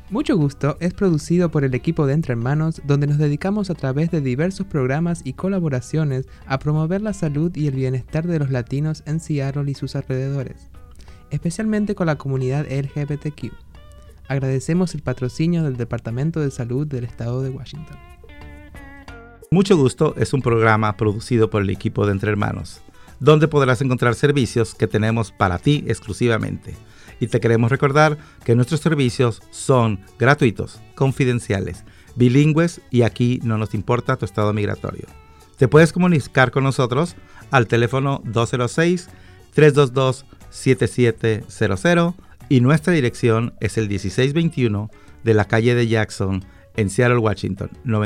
Mucho Gusto es producido por el equipo de Entre Hermanos, donde nos dedicamos a través de diversos programas y colaboraciones a promover la salud y el bienestar de los latinos en Seattle y sus alrededores, especialmente con la comunidad LGBTQ. Agradecemos el patrocinio del Departamento de Salud del Estado de Washington. Mucho Gusto es un programa producido por el equipo de Entre Hermanos, donde podrás encontrar servicios que tenemos para ti exclusivamente. Y te queremos recordar que nuestros servicios son gratuitos, confidenciales, bilingües y aquí no nos importa tu estado migratorio. Te puedes comunicar con nosotros al teléfono 206-322-7700 y nuestra dirección es el 1621 de la calle de Jackson en Seattle, Washington,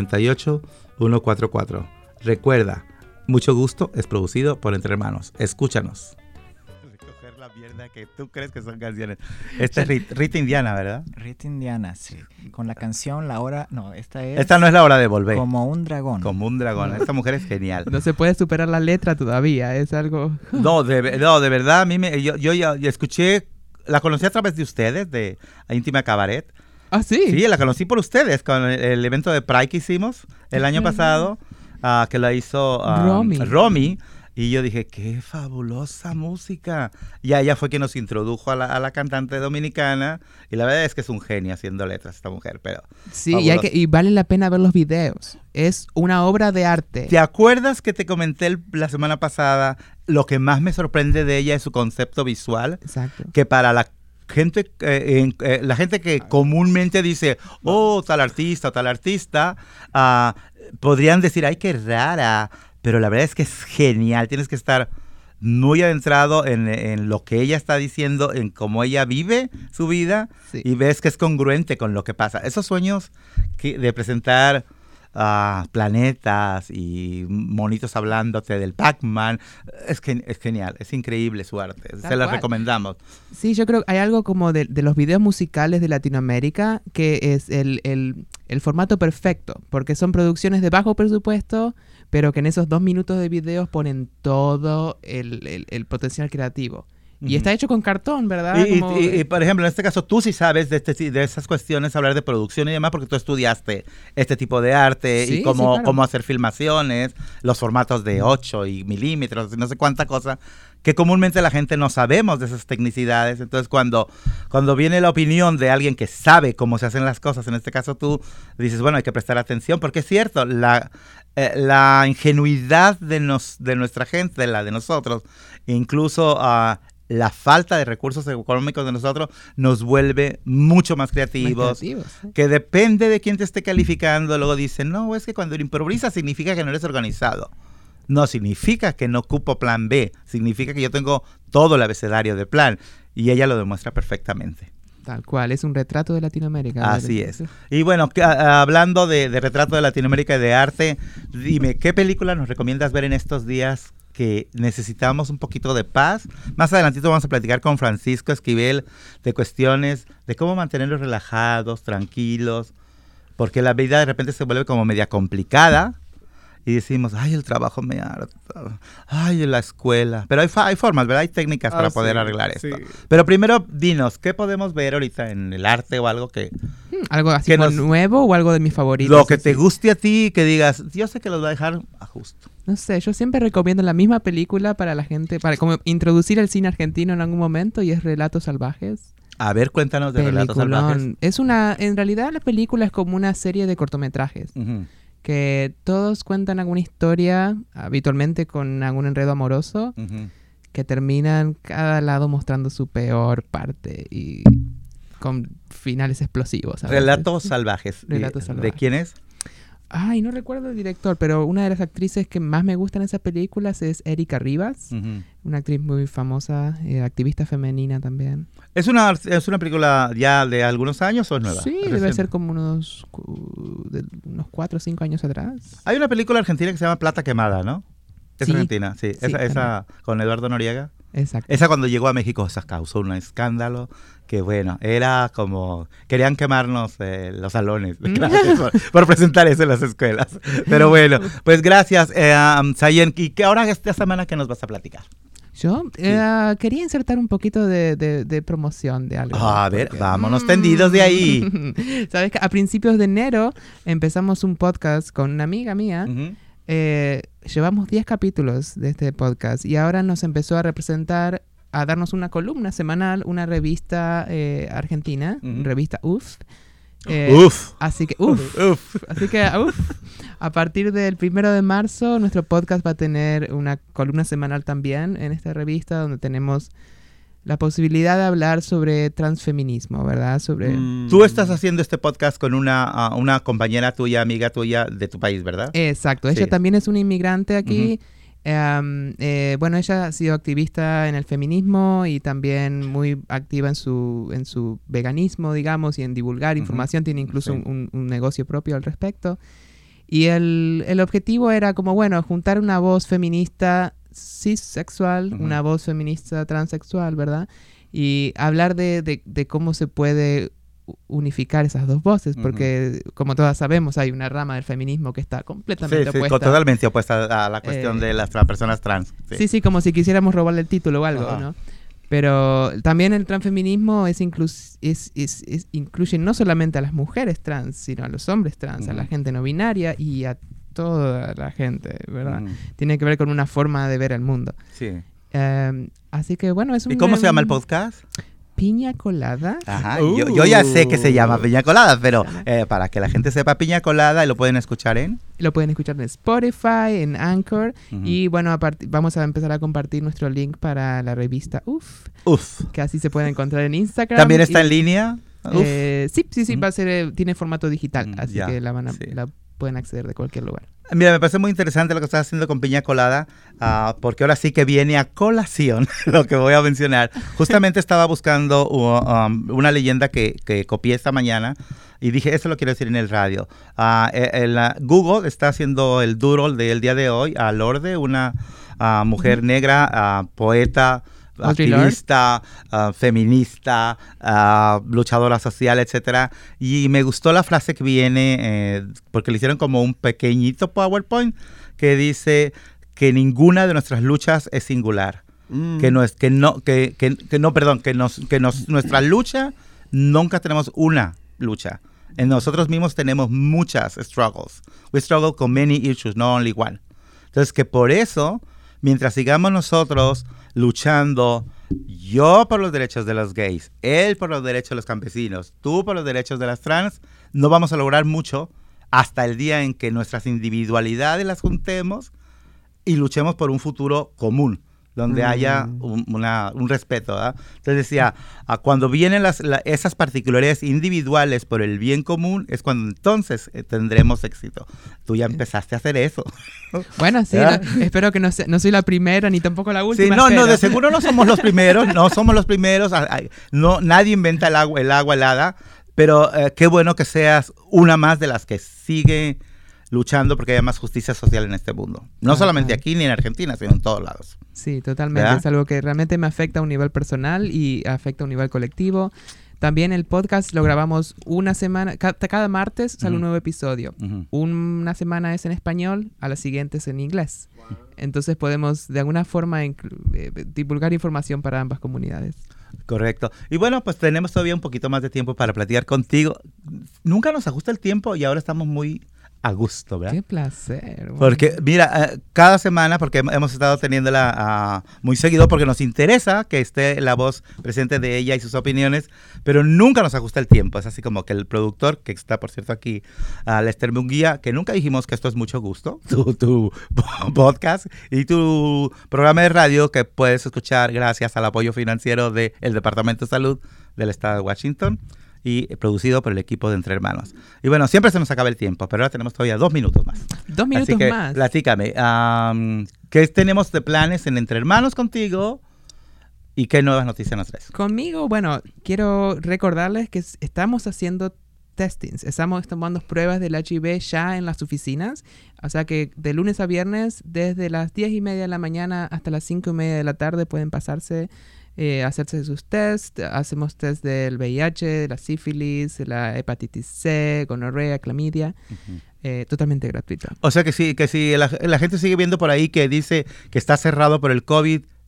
98144. Recuerda, Mucho Gusto es producido por Entre Hermanos. Escúchanos. Recoger la mierda que tú crees que son canciones. Esta es Rita Indiana, ¿verdad? Rita Indiana, sí. Con la canción La Hora... No, esta no es La Hora de Volver. Como un dragón. Como un dragón. Esta mujer es genial. No se puede superar la letra todavía, es algo... No, de verdad, a mí yo ya escuché... La conocí a través de ustedes, de Íntima Cabaret. ¿Ah, sí? Sí, la conocí por ustedes con el evento de Pride que hicimos el año pasado, que la hizo Romy. Y yo dije, qué fabulosa música. Y ella fue quien nos introdujo a la cantante dominicana. Y la verdad es que es un genio haciendo letras esta mujer. Pero sí, y vale la pena ver los videos. Es una obra de arte. ¿Te acuerdas que te comenté la semana pasada? Lo que más me sorprende de ella es su concepto visual. Exacto. Que para la gente que comúnmente dice, tal artista o tal artista, podrían decir, ay, qué rara. Pero la verdad es que es genial. Tienes que estar muy adentrado en lo que ella está diciendo, en cómo ella vive su vida, sí. Y ves que es congruente con lo que pasa. Esos sueños de presentar planetas y monitos hablándote del Pac-Man, es genial, es increíble su arte. Se los recomendamos. Sí, yo creo que hay algo como de los videos musicales de Latinoamérica que es el formato perfecto, porque son producciones de bajo presupuesto, pero que en esos 2 minutos de videos ponen todo el potencial creativo. Y está hecho con cartón, ¿verdad? Y por ejemplo, en este caso, tú sí sabes de esas cuestiones, hablar de producción y demás, porque tú estudiaste este tipo de arte, sí, y cómo hacer filmaciones, los formatos de 8 y milímetros, no sé cuánta cosa, que comúnmente la gente no sabemos de esas tecnicidades. Entonces, cuando viene la opinión de alguien que sabe cómo se hacen las cosas, en este caso tú dices, bueno, hay que prestar atención, porque es cierto, la ingenuidad de nuestra gente, la de nosotros, incluso la falta de recursos económicos de nosotros nos vuelve mucho más creativos, ¿sí? Que depende de quién te esté calificando. Luego dicen, no, es que cuando improvisas significa que no eres organizado. No significa que no ocupo plan B, significa que yo tengo todo el abecedario de plan, y ella lo demuestra perfectamente. Tal cual, es un retrato de Latinoamérica. Así es. Y bueno, hablando de retrato de Latinoamérica y de arte, dime, ¿qué película nos recomiendas ver en estos días que necesitamos un poquito de paz? Más adelantito vamos a platicar con Francisco Esquivel de cuestiones de cómo mantenerlos relajados, tranquilos, porque la vida de repente se vuelve como media complicada y decimos, ay, el trabajo me harta, ay, la escuela. Pero hay formas, ¿verdad? Hay técnicas para poder arreglar esto. Sí. Pero primero, dinos, ¿qué podemos ver ahorita en el arte o algo que... ¿Algo así nuevo o algo de mis favoritos? Lo que te guste a ti, que digas, yo sé que los va a dejar a justo. No sé, yo siempre recomiendo la misma película para la gente, para como introducir el cine argentino en algún momento, y es Relatos Salvajes. A ver, cuéntanos de Relatos Salvajes. En realidad la película es como una serie de cortometrajes. Uh-huh. Que todos cuentan alguna historia, habitualmente con algún enredo amoroso, uh-huh, que terminan cada lado mostrando su peor parte y con finales explosivos. Relatos Salvajes. Relatos Salvajes. ¿De quién es? Ay, no recuerdo el director, pero una de las actrices que más me gustan en esas películas es Erika Rivas, uh-huh, una actriz muy famosa, activista femenina también. ¿Es una película ya de algunos años o es nueva? Sí, debe ser como unos 4 o 5 años atrás. Hay una película argentina que se llama Plata Quemada, ¿no? Es argentina, sí. Esa con Eduardo Noriega. Exacto. Esa cuando llegó a México, esa causó un escándalo que, bueno, era como... Querían quemarnos los salones de clases por presentar eso en las escuelas. Pero bueno, pues gracias, Sayen. ¿Y ahora esta semana qué nos vas a platicar? Yo quería insertar un poquito de promoción de algo. A ver, vámonos tendidos de ahí. Sabes que a principios de enero empezamos un podcast con una amiga mía. Ujú. Llevamos 10 capítulos de este podcast y ahora nos empezó a representar, a darnos una columna semanal, una revista argentina, revista UF. Uf. Así que, uf. Así que, a partir del 1 de marzo, nuestro podcast va a tener una columna semanal también en esta revista, donde tenemos la posibilidad de hablar sobre transfeminismo, ¿verdad? Sobre... Tú estás haciendo este podcast con una compañera tuya, amiga tuya de tu país, ¿verdad? Exacto. Ella Sí. también es una inmigrante aquí. Bueno, ella ha sido activista en el feminismo y también muy activa en su veganismo, digamos, y en divulgar información. Tiene incluso Sí. un negocio propio al respecto. Y el objetivo era como, bueno, juntar una voz feminista cisexual, una voz feminista transexual, ¿verdad? Y hablar de cómo se puede unificar esas dos voces, porque como todas sabemos hay una rama del feminismo que está completamente opuesta. Totalmente opuesta a la cuestión de las personas trans. Sí, como si quisiéramos robarle el título o algo, ¿no? Pero también el transfeminismo incluye no solamente a las mujeres trans, sino a los hombres trans, a la gente no binaria y a toda la gente, ¿verdad? Tiene que ver con una forma de ver el mundo. Sí. Así que bueno, es un... ¿Y cómo se llama el podcast? Piña Colada. Ajá, yo ya sé que se llama Piña Colada, pero para que la gente sepa Piña Colada, lo pueden escuchar en... Lo pueden escuchar en Spotify, en Anchor. Y bueno, vamos a empezar a compartir nuestro link para la revista UF. Que así se puede encontrar en Instagram. ¿También está en línea? Sí, va a ser, tiene formato digital, así que la pueden acceder de cualquier lugar. Mira, me parece muy interesante lo que estás haciendo con Piña Colada, porque ahora sí que viene a colación lo que voy a mencionar. Justamente estaba buscando una leyenda que copié esta mañana y dije, eso lo quiero decir en el radio. Google está haciendo el doodle del día de hoy a Lorde, una mujer negra, poeta, activista, feminista, luchadora social, etcétera. Y me gustó la frase que viene, porque le hicieron como un pequeñito PowerPoint que dice que ninguna de nuestras luchas es singular. Nuestra lucha, nunca tenemos una lucha. En nosotros mismos tenemos muchas struggles. We struggle con many issues, not only one. Entonces, que por eso, mientras sigamos nosotros luchando, yo por los derechos de los gays, él por los derechos de los campesinos, tú por los derechos de las trans, no vamos a lograr mucho hasta el día en que nuestras individualidades las juntemos y luchemos por un futuro común, donde haya un respeto, ¿verdad? Entonces decía, cuando vienen esas particularidades individuales por el bien común, es cuando entonces tendremos éxito. Tú ya empezaste a hacer eso. Bueno, sí, espero que no soy la primera ni tampoco la última. Sí, no, de seguro no somos los primeros, nadie inventa el agua helada, pero qué bueno que seas una más de las que sigue luchando porque haya más justicia social en este mundo. No solamente aquí ni en Argentina, sino en todos lados. Sí, totalmente. ¿Verdad? Es algo que realmente me afecta a un nivel personal y afecta a un nivel colectivo. También el podcast lo grabamos una semana, cada martes sale un nuevo episodio. Una semana es en español, a la siguiente es en inglés. Entonces podemos de alguna forma divulgar información para ambas comunidades. Correcto. Y bueno, pues tenemos todavía un poquito más de tiempo para platicar contigo. Nunca nos ajusta el tiempo y ahora estamos muy a gusto, ¿verdad? Qué placer. Bueno. Porque, mira, cada semana, porque hemos estado teniéndola muy seguido, porque nos interesa que esté la voz presente de ella y sus opiniones, pero nunca nos ajusta el tiempo. Es así como que el productor, que está, por cierto, aquí, Lester Munguía, que nunca dijimos que esto es mucho gusto, tu podcast y tu programa de radio que puedes escuchar gracias al apoyo financiero del Departamento de Salud del Estado de Washington, y producido por el equipo de Entre Hermanos. Y bueno, siempre se nos acaba el tiempo, pero ahora tenemos todavía 2 minutos más. 2 minutos Así que, más. Platícame, ¿qué tenemos de planes en Entre Hermanos contigo y qué nuevas noticias nos traes? Conmigo, bueno, quiero recordarles que estamos haciendo testings. Estamos tomando pruebas del HIV ya en las oficinas. O sea que de lunes a viernes, desde las 10:30 de la mañana hasta las 5:30 de la tarde pueden pasarse hacerse sus tests. Hacemos test del VIH, la sífilis, la hepatitis C, gonorrea, clamidia. Totalmente gratuito. O sea que si la gente sigue viendo por ahí que dice que está cerrado por el COVID,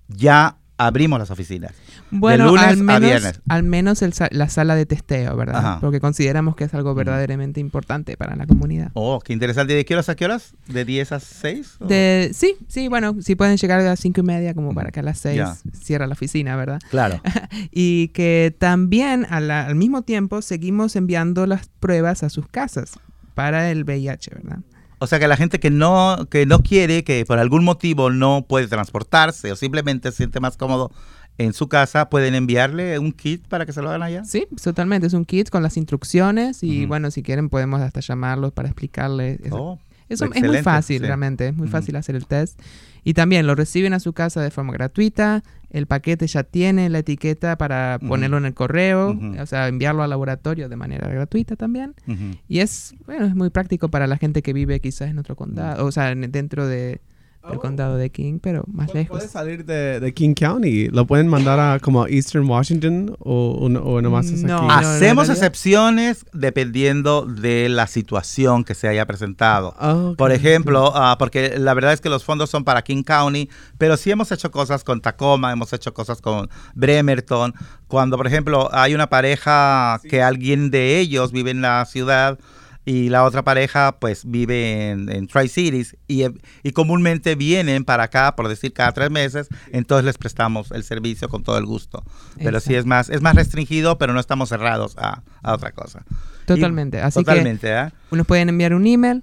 ya abrimos las oficinas. Bueno, de lunes al menos, a viernes. al menos la sala de testeo, ¿verdad? Ajá. Porque consideramos que es algo verdaderamente importante para la comunidad. Oh, qué interesante. ¿De qué horas a qué horas? ¿De 10 a 6? Sí, bueno, si pueden llegar a las 5:30 como para que a las 6 Ya. cierra la oficina, ¿verdad? Claro. Y que también al mismo tiempo seguimos enviando las pruebas a sus casas para el VIH, ¿verdad? O sea que la gente que no quiere, que por algún motivo no puede transportarse o simplemente se siente más cómodo en su casa, pueden enviarle un kit para que se lo hagan allá. Sí, totalmente. Es un kit con las instrucciones y Ujú. bueno, si quieren podemos hasta llamarlos para explicarles. Oh, Eso es muy excelente, fácil, sí. realmente. Es muy Ujú. fácil hacer el test. Y también lo reciben a su casa de forma gratuita. El paquete ya tiene la etiqueta para Ujú. ponerlo en el correo, Ujú. o sea, enviarlo al laboratorio de manera gratuita también. Ujú. Y es muy práctico para la gente que vive quizás en otro condado, o sea, dentro del condado de King, pero más lejos. Puede salir de King County. Lo pueden mandar a como Eastern Washington o nomás es No. aquí. en Hacemos realidad- excepciones dependiendo de la situación que se haya presentado. Ok. Por ejemplo, porque la verdad es que los fondos son para King County, pero sí hemos hecho cosas con Tacoma, hemos hecho cosas con Bremerton. Cuando, por ejemplo, hay una pareja que alguien de ellos vive en la ciudad y la otra pareja pues vive en Tri-Cities y comúnmente vienen para acá, por decir, cada 3 meses, entonces les prestamos el servicio con todo el gusto. Pero sí es más restringido, pero no estamos cerrados a otra cosa. Totalmente. Así Totalmente, que nos pueden enviar un email,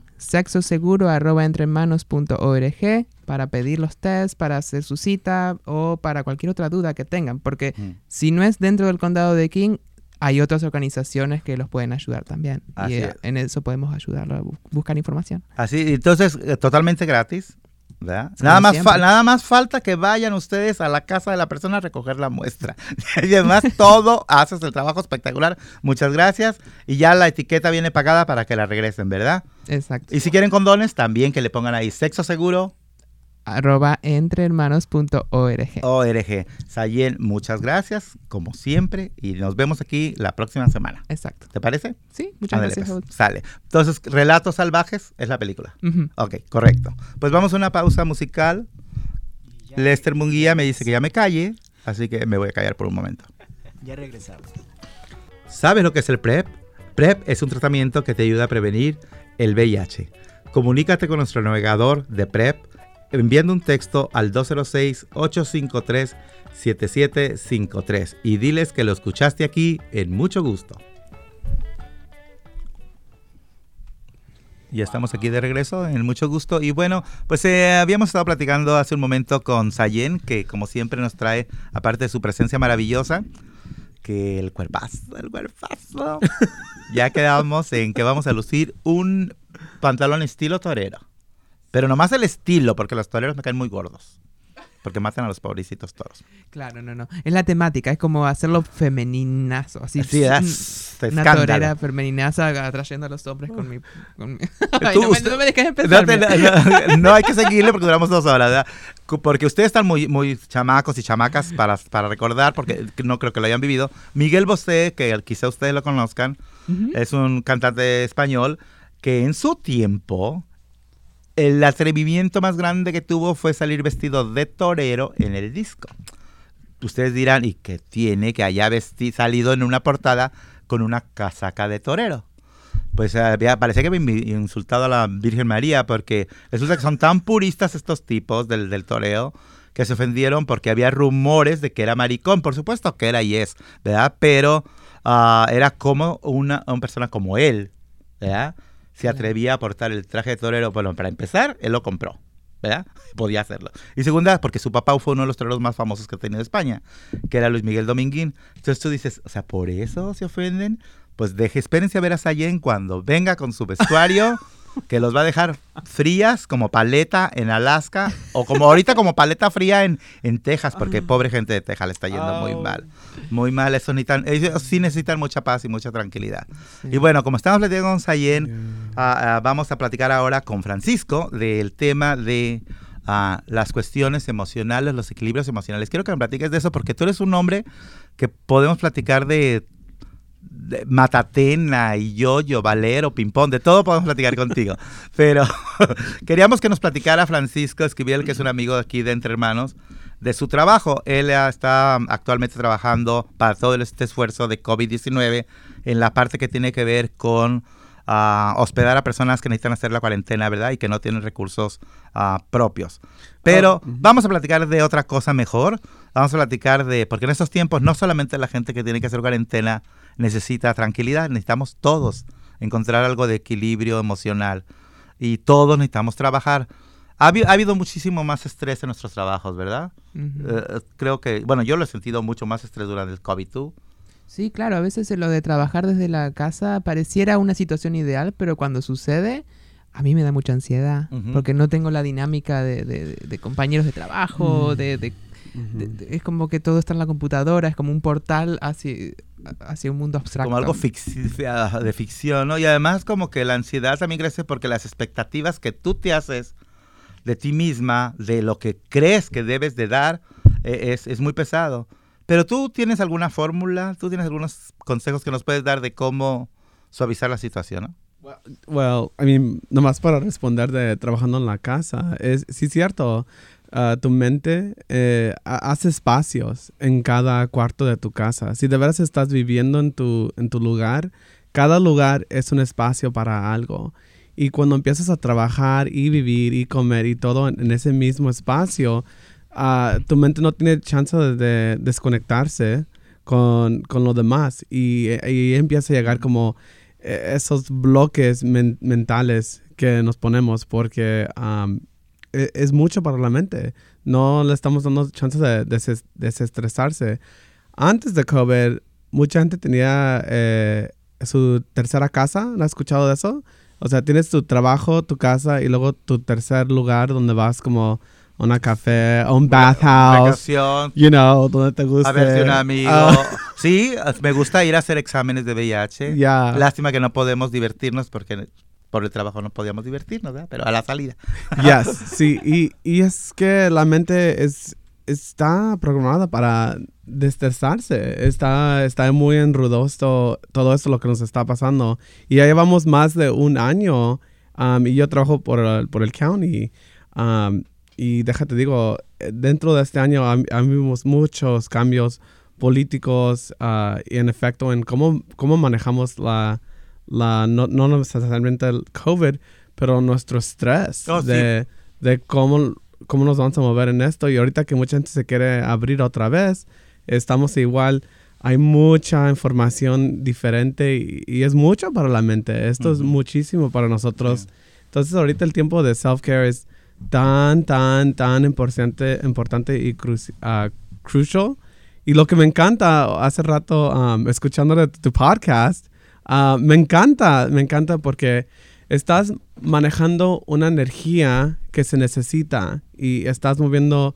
sexoseguro@entrehermanos.org, para pedir los tests, para hacer su cita o para cualquier otra duda que tengan. Porque si no es dentro del condado de King, hay otras organizaciones que los pueden ayudar también. Así Y es. en eso podemos ayudarlo a buscar información. Así, entonces, totalmente gratis, ¿verdad? Como Nada siempre. más falta que vayan ustedes a la casa de la persona a recoger la muestra. Y además, todo haces el trabajo espectacular. Muchas gracias. Y ya la etiqueta viene pagada para que la regresen, ¿verdad? Exacto. Y si quieren condones, también que le pongan ahí sexo seguro @entrehermanos.org. ORG. Sayen, muchas gracias, como siempre. Y nos vemos aquí la próxima semana. Exacto. ¿Te parece? Sí, muchas Ándale, gracias. pues, sale. Entonces, Relatos Salvajes es la película. Ujú. Ok, correcto. Pues vamos a una pausa musical. Lester Munguía me dice que ya me calle, así que me voy a callar por un momento. Ya regresamos. ¿Sabes lo que es el PrEP? PrEP es un tratamiento que te ayuda a prevenir el VIH. Comunícate con nuestro navegador de PrEP enviando un texto al 206-853-7753 y diles que lo escuchaste aquí en Mucho Gusto. Ya estamos aquí de regreso en Mucho Gusto. Y bueno, pues habíamos estado platicando hace un momento con Sayen, que como siempre nos trae, aparte de su presencia maravillosa, que el cuerpazo. Ya quedamos en que vamos a lucir un pantalón estilo torero. Pero nomás el estilo, porque los toreros me caen muy gordos. Porque matan a los pobrecitos toros. Claro, no. Es la temática, es como hacerlo femeninazo. Así, Sí, una escándalo. torera femeninaza atrayendo a los hombres con mi... Ay, Tú, no me dejes empezar. No hay que seguirle porque duramos 2 horas, ¿verdad? Porque ustedes están muy chamacos y chamacas para recordar, porque no creo que lo hayan vivido. Miguel Bosé, que quizá ustedes lo conozcan, es un cantante español que en su tiempo... El atrevimiento más grande que tuvo fue salir vestido de torero en el disco. Ustedes dirán, ¿y qué tiene que haya salido en una portada con una casaca de torero? Pues parecía que me insultado a la Virgen María, porque resulta que son tan puristas estos tipos del toreo que se ofendieron porque había rumores de que era maricón. Por supuesto que era y es, ¿verdad? Pero era como una persona como él, ¿verdad? Se atrevía a portar el traje de torero. Bueno, para empezar, él lo compró, ¿verdad? Podía hacerlo. Y segunda, porque su papá fue uno de los toreros más famosos que ha tenido España, que era Luis Miguel Dominguín. Entonces tú dices, o sea, ¿por eso se ofenden? Pues espérense a ver a Sayen cuando venga con su vestuario, que los va a dejar frías como paleta en Alaska, o como ahorita como paleta fría en Texas, porque pobre gente de Texas le está yendo muy mal. Muy mal, ellos sí necesitan mucha paz y mucha tranquilidad. Sí. Y bueno, como estamos platicando con Sayen, vamos a platicar ahora con Francisco del tema de las cuestiones emocionales, los equilibrios emocionales. Quiero que me platiques de eso porque tú eres un hombre que podemos platicar de Matatena y Yoyo, Valero, Ping-Pong, de todo podemos platicar contigo. Pero queríamos que nos platicara Francisco Esquivel, que es un amigo aquí de Entre Hermanos, de su trabajo. Él está actualmente trabajando para todo este esfuerzo de COVID-19 en la parte que tiene que ver con hospedar a personas que necesitan hacer la cuarentena, ¿verdad? Y que no tienen recursos propios. Pero vamos a platicar de otra cosa mejor. Vamos a platicar porque en estos tiempos no solamente la gente que tiene que hacer cuarentena necesita tranquilidad, necesitamos todos encontrar algo de equilibrio emocional. Y todos necesitamos trabajar. Ha habido muchísimo más estrés en nuestros trabajos, ¿verdad? Creo que, bueno, yo lo he sentido mucho más estrés durante el COVID. ¿Tú? Sí, claro, a veces lo de trabajar desde la casa pareciera una situación ideal, pero cuando sucede, a mí me da mucha ansiedad, porque no tengo la dinámica de compañeros de trabajo, es como que todo está en la computadora, es como un portal hacia un mundo abstracto. Como algo de ficción, ¿no? Y además como que la ansiedad también crece porque las expectativas que tú te haces de ti misma, de lo que crees que debes de dar, es muy pesado. Pero tú tienes alguna fórmula, tú tienes algunos consejos que nos puedes dar de cómo suavizar la situación, ¿no? Well, I mean, nomás para responder de trabajando en la casa, sí es cierto, tu mente hace espacios en cada cuarto de tu casa. Si de veras estás viviendo en tu lugar, cada lugar es un espacio para algo. Y cuando empiezas a trabajar y vivir y comer y todo en ese mismo espacio, tu mente no tiene chance de desconectarse con lo demás. Y empieza a llegar como esos bloques mentales que nos ponemos porque es mucho para la mente. No le estamos dando chance de desestresarse. Antes de COVID, mucha gente tenía su tercera casa. ¿No has escuchado de eso? O sea, tienes tu trabajo, tu casa y luego tu tercer lugar donde vas como a una café, a un bathhouse, donde te guste. A ver si un amigo. Sí, me gusta ir a hacer exámenes de VIH. Yeah. Lástima que no podemos divertirnos porque por el trabajo no podíamos divertirnos, ¿verdad? Pero a la salida. Yes, sí. Y es que la mente está programada para desestresarse. Está muy enrudoso todo esto lo que nos está pasando. Y ya llevamos más de un año y yo trabajo por el county. Y déjate digo, dentro de este año vimos muchos cambios políticos y en efecto en cómo manejamos no necesariamente el COVID, pero nuestro estrés de cómo nos vamos a mover en esto. Y ahorita que mucha gente se quiere abrir otra vez, estamos igual. Hay mucha información diferente y es mucho para la mente. Esto es muchísimo para nosotros. Sí. Entonces ahorita el tiempo de self-care es tan importante y crucial. Y lo que me encanta, hace rato escuchando tu podcast, me encanta porque estás manejando una energía que se necesita y estás moviendo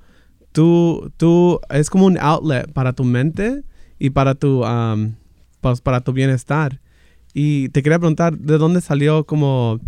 es como un outlet para tu mente y para tu bienestar. Y te quería preguntar, ¿de dónde salió como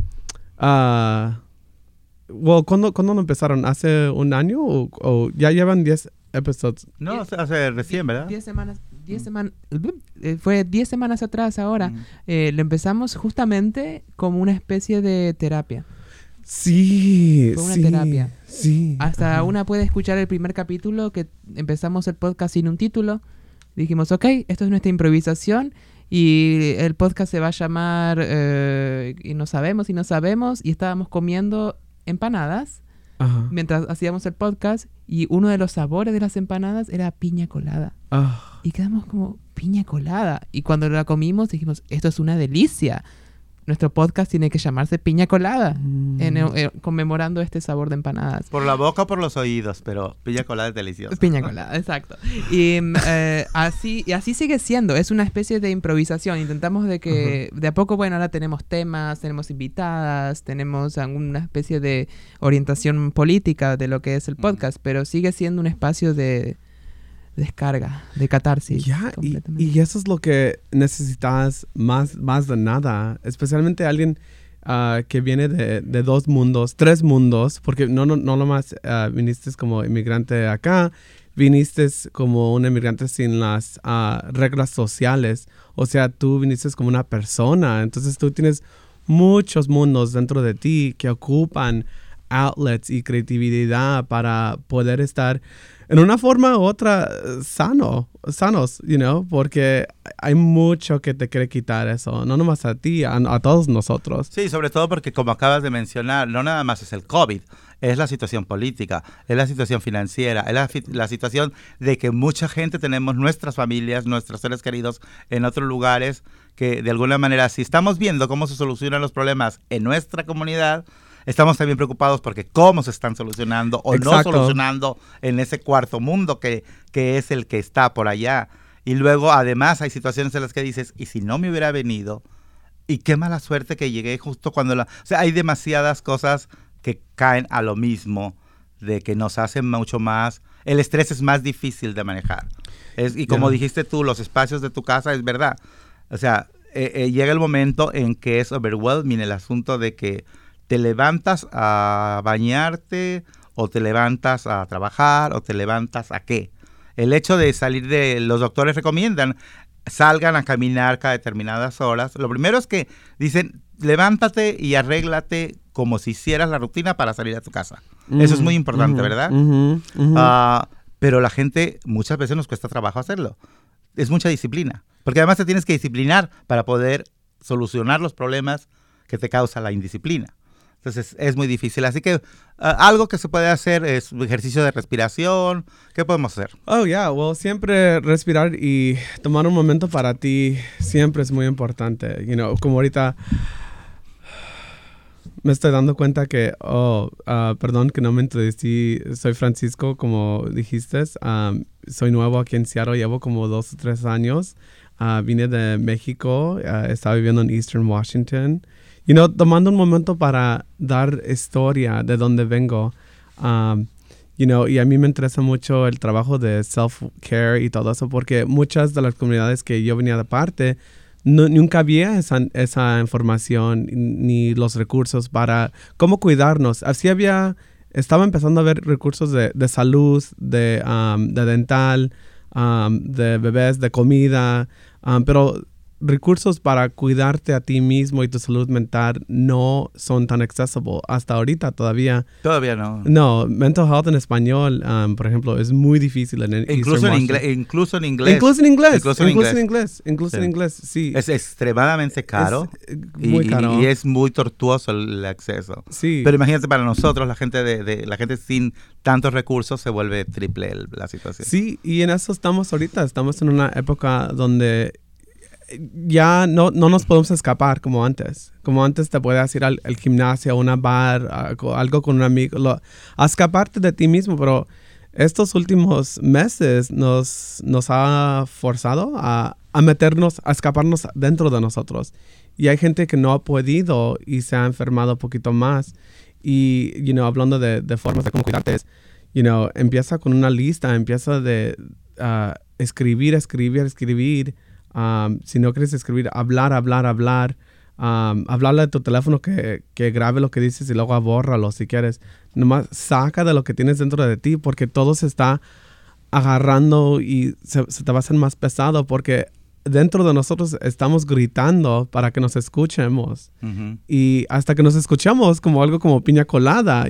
¿cuándo lo empezaron? ¿Hace un año o ya llevan 10 episodios? No, hace recién, ¿verdad? 10 semanas. Fue 10 semanas atrás ahora. Lo empezamos justamente como una especie de terapia. Sí. Fue una terapia. Sí. Hasta una puede escuchar el primer capítulo que empezamos el podcast sin un título. Dijimos, ok, esto es nuestra improvisación y el podcast se va a llamar y no sabemos. Y estábamos comiendo empanadas mientras hacíamos el podcast y uno de los sabores de las empanadas era piña colada. Y quedamos como, piña colada. Y cuando la comimos dijimos, esto es una delicia. Nuestro podcast tiene que llamarse Piña Colada, conmemorando este sabor de empanadas. Por la boca o por los oídos, pero piña colada es delicioso. Piña colada, exacto. Y así sigue siendo, es una especie de improvisación. Intentamos de que de a poco, bueno, ahora tenemos temas, tenemos invitadas, tenemos alguna especie de orientación política de lo que es el podcast, pero sigue siendo un espacio de descarga, de catarsis. Y eso es lo que necesitas más de nada, especialmente alguien que viene de 2 mundos, 3 mundos, porque no nomás viniste como inmigrante acá, viniste como un inmigrante sin las reglas sociales, o sea, tú viniste como una persona, entonces tú tienes muchos mundos dentro de ti que ocupan outlets y creatividad para poder estar en una forma u otra sanos, porque hay mucho que te quiere quitar eso, no nomás a ti, a todos nosotros. Sí, sobre todo porque, como acabas de mencionar, no nada más es el COVID, es la situación política, es la situación financiera, es la situación de que mucha gente tenemos nuestras familias, nuestros seres queridos en otros lugares que, de alguna manera, si estamos viendo cómo se solucionan los problemas en nuestra comunidad, estamos también preocupados porque cómo se están solucionando o Exacto. no solucionando en ese cuarto mundo que es el que está por allá. Y luego, además, hay situaciones en las que dices, ¿y si no me hubiera venido? Y qué mala suerte que llegué justo cuando O sea, hay demasiadas cosas que caen a lo mismo, de que nos hacen mucho más... El estrés es más difícil de manejar. Y como dijiste tú, los espacios de tu casa, es verdad. O sea, llega el momento en que es overwhelming el asunto de que te levantas a bañarte, o te levantas a trabajar, o te levantas a qué. El hecho de salir los doctores recomiendan, salgan a caminar cada determinadas horas. Lo primero es que dicen, levántate y arréglate como si hicieras la rutina para salir a tu casa. Eso es muy importante, ¿verdad? Pero la gente, muchas veces nos cuesta trabajo hacerlo. Es mucha disciplina. Porque además te tienes que disciplinar para poder solucionar los problemas que te causa la indisciplina. Entonces es muy difícil. Así que algo que se puede hacer es ejercicio de respiración. ¿Qué podemos hacer? Oh, yeah. Well, siempre respirar y tomar un momento para ti siempre es muy importante. Como ahorita me estoy dando cuenta que, perdón que no me introducí. Soy Francisco, como dijiste. Soy nuevo aquí en Seattle. Llevo como 2 o 3 años. Vine de México. Estaba viviendo en Eastern Washington. Tomando un momento para dar historia de dónde vengo. Y a mí me interesa mucho el trabajo de self-care y todo eso, porque muchas de las comunidades que yo venía de parte, nunca había esa información ni los recursos para cómo cuidarnos. Estaba empezando a haber recursos de salud, de dental, de bebés, de comida, pero recursos para cuidarte a ti mismo y tu salud mental no son tan accesibles hasta ahorita todavía. Todavía no. No, mental health en español, por ejemplo, es muy difícil incluso en inglés. Incluso en inglés, sí. Es extremadamente caro. Muy caro. Y es muy tortuoso el acceso. Sí. Pero imagínate, para nosotros, la gente sin tantos recursos, se vuelve triple la situación. Sí, y en eso estamos ahorita. Estamos en una época donde ya no nos podemos escapar como antes. Como antes te puedes ir al gimnasio, a una bar, algo con un amigo, a escaparte de ti mismo, pero estos últimos meses nos ha forzado a meternos, a escaparnos dentro de nosotros. Y hay gente que no ha podido y se ha enfermado un poquito más. Y, hablando de formas de cómo cuidarte, empieza con una lista, empieza de escribir. Si no quieres escribir, hablar. Hablarle a tu teléfono que grabe lo que dices y luego bórralo si quieres. Nomás saca de lo que tienes dentro de ti, porque todo se está agarrando y se te va a hacer más pesado, porque dentro de nosotros estamos gritando para que nos escuchemos. Uh-huh. Y hasta que nos escuchamos como algo como piña colada,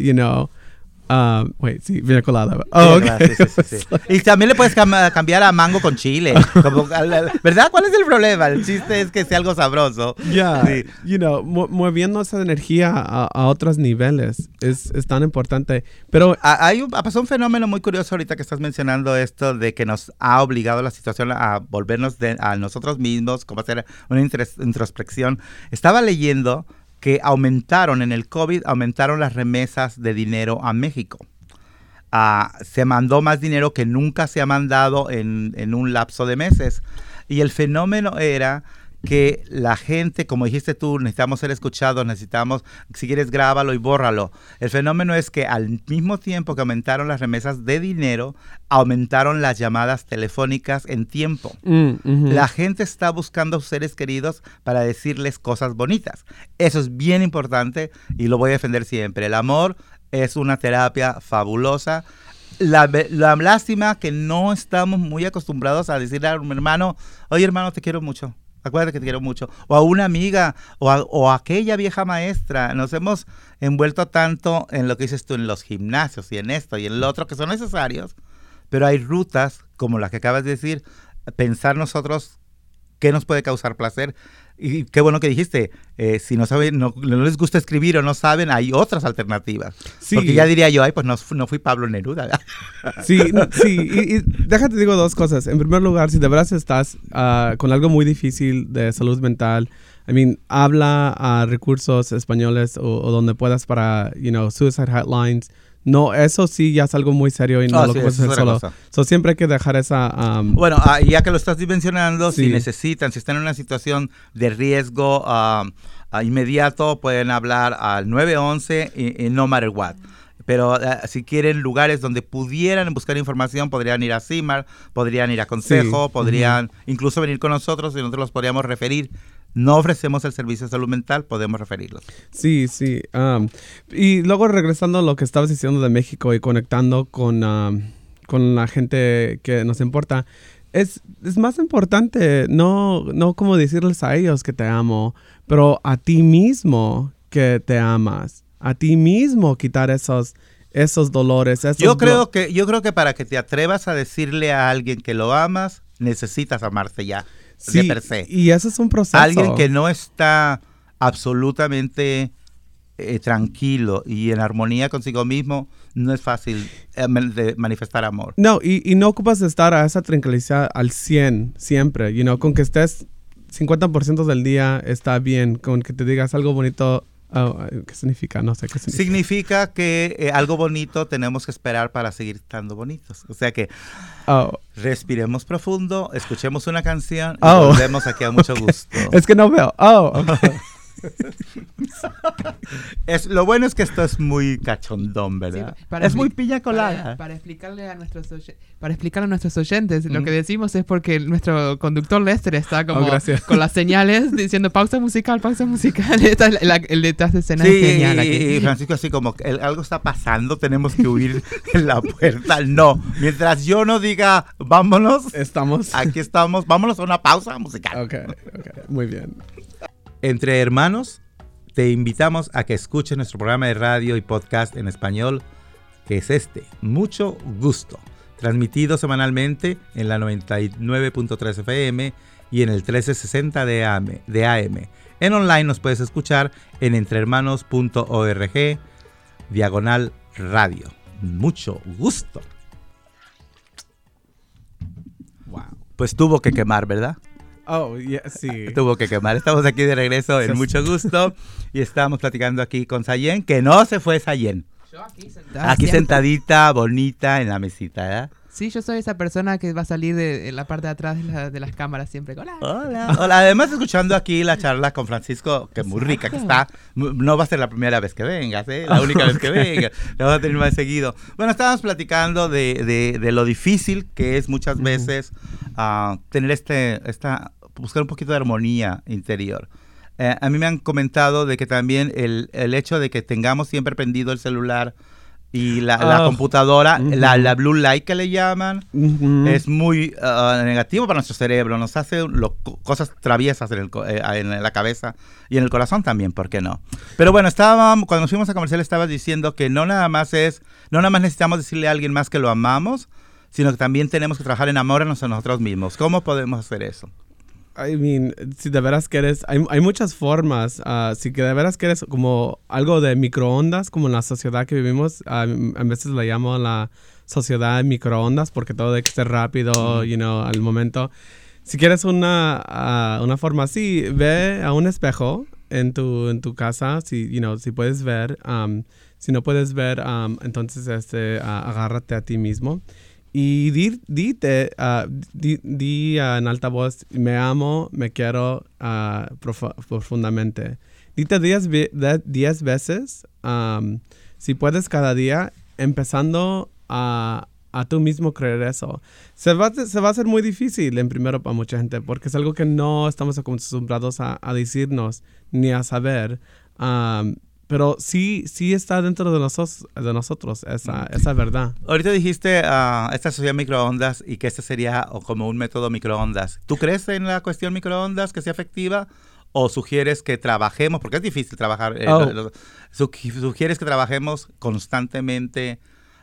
sí, piña colada. Oh, okay. Sí. Y también le puedes cambiar a mango con chile. ¿Verdad? ¿Cuál es el problema? El chiste es que sea algo sabroso. Yeah. Sí. Moviendo esa energía a otros niveles es tan importante. Pero pasó un fenómeno muy curioso ahorita que estás mencionando esto de que nos ha obligado la situación a volvernos a nosotros mismos, como hacer una introspección. Estaba leyendo que en el COVID aumentaron las remesas de dinero a México. Se mandó más dinero que nunca se ha mandado en un lapso de meses. Y el fenómeno era que la gente, como dijiste tú, necesitamos ser escuchados, si quieres grábalo y bórralo. El fenómeno es que al mismo tiempo que aumentaron las remesas de dinero, aumentaron las llamadas telefónicas en tiempo. Uh-huh. La gente está buscando a sus seres queridos para decirles cosas bonitas. Eso es bien importante y lo voy a defender siempre. El amor es una terapia fabulosa. La lástima que no estamos muy acostumbrados a decirle a un hermano, oye hermano, te quiero mucho. acuérdate que te quiero mucho, o a una amiga, o a aquella vieja maestra. Nos hemos envuelto tanto en lo que dices tú, en los gimnasios y en esto y en lo otro, que son necesarios, pero hay rutas, como las que acabas de decir, pensar nosotros qué nos puede causar placer. Y qué bueno que dijiste, si no saben, no les gusta escribir o no saben, hay otras alternativas. Sí. Porque ya diría yo, pues no fui Pablo Neruda. Sí, y déjate digo dos cosas. En primer lugar, si de verdad estás con algo muy difícil de salud mental, habla a recursos españoles o donde puedas para, suicide hotlines. No, eso sí ya es algo muy serio y no lo puedes hacer solo. Siempre hay que dejar esa... Bueno, ya que lo estás mencionando, si necesitan, si están en una situación de riesgo inmediato, pueden hablar al 911 y no matter what. Pero si quieren lugares donde pudieran buscar información, podrían ir a CIMAR, podrían ir a Consejo, podrían incluso venir con nosotros y nosotros los podríamos referir. No ofrecemos el servicio de salud mental, podemos referirlos. Sí. Y luego regresando a lo que estabas diciendo de México y conectando con la gente que nos importa, es más importante no como decirles a ellos que te amo, pero a ti mismo que te amas, a ti mismo quitar esos dolores. Yo creo que para que te atrevas a decirle a alguien que lo amas, necesitas amarse ya. Sí, de per se. Y eso es un proceso. Alguien que no está absolutamente tranquilo y en armonía consigo mismo, no es fácil de manifestar amor. No, y no ocupas de estar a esa tranquilidad al 100 siempre. Con que estés 50% del día está bien. Con que te digas algo bonito. ¿Qué significa? No sé qué significa. Significa que algo bonito tenemos que esperar para seguir estando bonitos. O sea que respiremos profundo, escuchemos una canción y volvemos aquí a mucho gusto. Es que no veo. Okay. Lo bueno es que esto es muy cachondón, ¿verdad? Sí, es muy piña colada. Para explicarle a nuestros oyentes, lo que decimos es porque nuestro conductor Lester está como con las señales diciendo pausa musical. El detrás de escena es genial aquí. Y Francisco así como, algo está pasando, tenemos que huir en la puerta. No, mientras yo no diga, vámonos. Aquí estamos, vámonos a una pausa musical. Ok, muy bien. Entre hermanos, te invitamos a que escuches nuestro programa de radio y podcast en español, que es Mucho Gusto, transmitido semanalmente en la 99.3 FM y en el 1360 de AM. En online nos puedes escuchar en entrehermanos.org/radio. Mucho gusto. Wow. Pues tuvo que quemar, ¿verdad? Sí. Tuvo que quemar. Estamos aquí de regreso en Mucho Gusto y estamos platicando aquí con Sayen, que no se fue Sayen. Yo aquí sentada. Aquí sentadita, bonita, en la mesita, ¿eh? Sí, yo soy esa persona que va a salir de la parte de atrás de las cámaras siempre. Hola. Además, escuchando aquí la charla con Francisco, que es muy rica, que está. No va a ser la primera vez que vengas, ¿eh? La única vez que vengas. La vas a tener más seguido. Bueno, estábamos platicando de lo difícil que es muchas veces tener buscar un poquito de armonía interior. A mí me han comentado de que también el hecho de que tengamos siempre prendido el celular y la computadora, la blue light que le llaman, es muy negativo para nuestro cerebro. Nos hace cosas traviesas en la cabeza y en el corazón también, ¿por qué no? Pero bueno, cuando nos fuimos a comercial estabas diciendo que no nada más necesitamos decirle a alguien más que lo amamos, sino que también tenemos que trabajar en amor a nosotros mismos. ¿Cómo podemos hacer eso? Si de veras quieres, hay muchas formas. Si de veras quieres como algo de microondas, como en la sociedad que vivimos, a veces le llamo la sociedad de microondas porque todo debe ser rápido, al momento. Si quieres una forma así, ve a un espejo en tu casa, si puedes ver. Si no puedes ver, entonces agárrate a ti mismo. Y di en alta voz, me amo, me quiero profundamente. Dite 10 veces, si puedes cada día, empezando a tú mismo creer eso. Se va a hacer muy difícil en primero para mucha gente, porque es algo que no estamos acostumbrados a decirnos ni a saber. pero sí está dentro de nosotros esa verdad. Ahorita dijiste esta sociedad microondas y que este sería como un método microondas. ¿Tú crees en la cuestión microondas que sea efectiva o sugieres que trabajemos, porque es difícil trabajar, sugieres que trabajemos constantemente,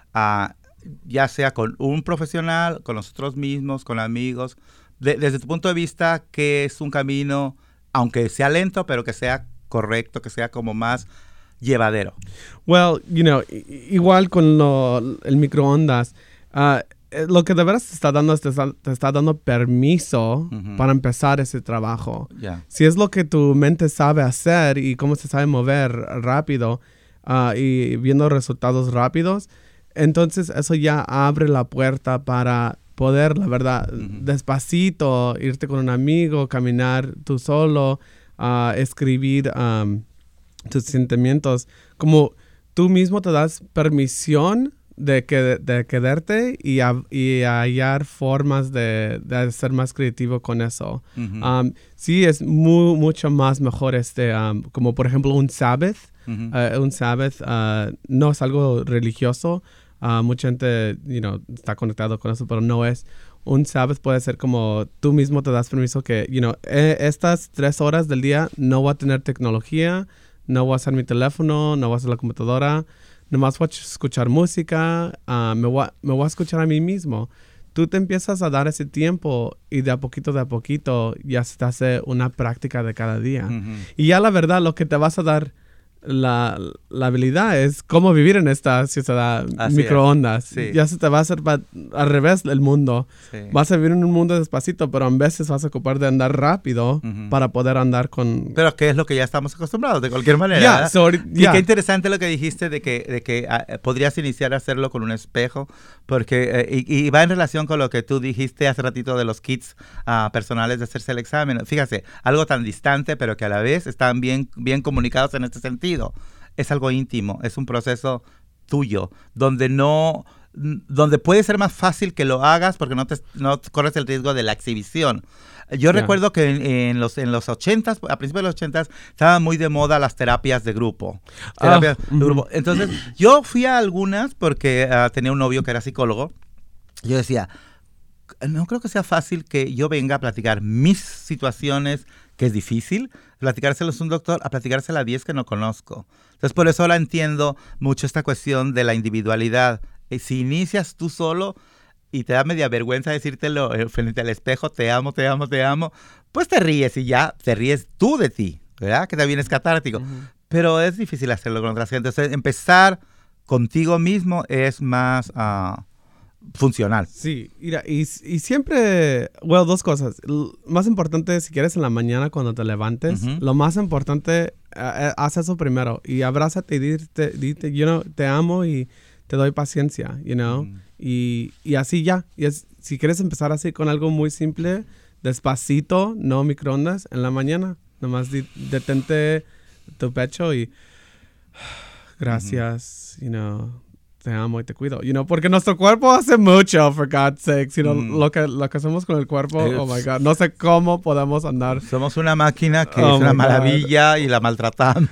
ya sea con un profesional, con nosotros mismos, con amigos? Desde tu punto de vista, ¿qué es un camino, aunque sea lento, pero que sea correcto, que sea como más llevadero? Well, igual con el microondas, lo que de veras te está dando permiso para empezar ese trabajo. Yeah. Si es lo que tu mente sabe hacer y cómo se sabe mover rápido y viendo resultados rápidos, entonces eso ya abre la puerta para poder, la verdad, despacito, irte con un amigo, caminar tú solo, escribir tus sentimientos. Como tú mismo te das permisión de quedarte y hallar formas de ser más creativo con eso. Sí, es mucho más mejor como por ejemplo un Sabbath. Un Sabbath no es algo religioso. Mucha gente, está conectado con eso, pero no es. Un Sabbath puede ser como tú mismo te das permiso que, estas 3 horas del día no voy a tener tecnología, no voy a hacer mi teléfono, no voy a hacer la computadora, nomás voy a escuchar música, me voy a escuchar a mí mismo. Tú te empiezas a dar ese tiempo y de a poquito ya se te hace una práctica de cada día. Y ya la verdad, lo que te vas a dar la habilidad es cómo vivir en esta sociedad microondas. Sí. Ya se te va a hacer al revés el mundo. Sí. Vas a vivir en un mundo despacito, pero a veces vas a ocupar de andar rápido para poder andar con... Pero que es lo que ya estamos acostumbrados de cualquier manera. Y qué interesante lo que dijiste de que podrías iniciar a hacerlo con un espejo, porque y va en relación con lo que tú dijiste hace ratito de los kits personales de hacerse el examen. Fíjate, algo tan distante, pero que a la vez están bien comunicados en este sentido. Es algo íntimo, es un proceso tuyo, donde puede ser más fácil que lo hagas porque no corres el riesgo de la exhibición. Yo recuerdo que en los 80s, a principios de los 80s, estaban muy de moda las terapias de grupo. Entonces, yo fui a algunas porque tenía un novio que era psicólogo. Yo decía, no creo que sea fácil que yo venga a platicar mis situaciones, que es difícil, platicárselos a un doctor, a platicársela a 10 que no conozco. Entonces, por eso ahora entiendo mucho esta cuestión de la individualidad. Si inicias tú solo y te da media vergüenza decírtelo frente al espejo, te amo, te amo, te amo, pues te ríes y ya te ríes tú de ti, ¿verdad? Que también es catártico. Pero es difícil hacerlo con otras gente. Entonces, empezar contigo mismo es más... funcional. Sí, mira, y siempre, dos cosas. Más importante, si quieres en la mañana cuando te levantes, lo más importante, haz eso primero y abrázate y dite, te amo y te doy paciencia, y así ya. Si quieres empezar así con algo muy simple, despacito, no microondas, en la mañana, nomás detente tu pecho y gracias, te amo y te cuido, porque nuestro cuerpo hace mucho, for God's sakes, lo que hacemos con el cuerpo, oh my God, no sé cómo podemos andar. Somos una máquina que es una maravilla y la maltratamos.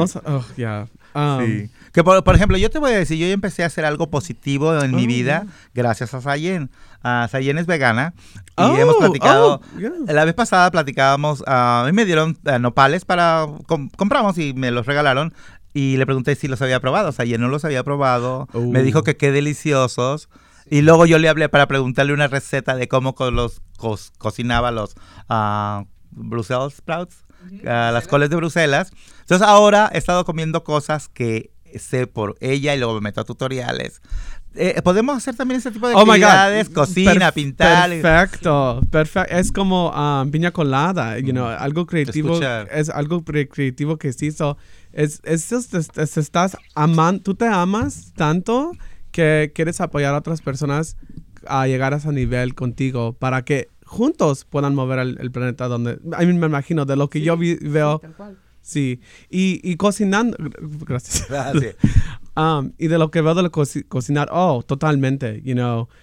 Sí. Que por ejemplo, yo te voy a decir, yo ya empecé a hacer algo positivo en mi vida gracias a Sayen. Sayen es vegana y hemos platicado, la vez pasada platicábamos, a mí me dieron nopales compramos y me los regalaron. Y le pregunté si los había probado. Sayen no los había probado. Me dijo que qué deliciosos. Y luego yo le hablé para preguntarle una receta de cómo cocinaba los Brussels sprouts, las coles de Bruselas. Entonces ahora he estado comiendo cosas que sé por ella y luego me meto a tutoriales. Podemos hacer también ese tipo de actividades, cocina, pintar. Perfecto. Es como piña colada, algo creativo. Es algo creativo que se hizo. Estás amando, tú te amas tanto que quieres apoyar a otras personas a llegar a ese nivel contigo para que juntos puedan mover el planeta donde, me imagino, de lo que yo veo. Tal cual. Sí, y cocinando, gracias. Y de lo que veo de cocinar, totalmente,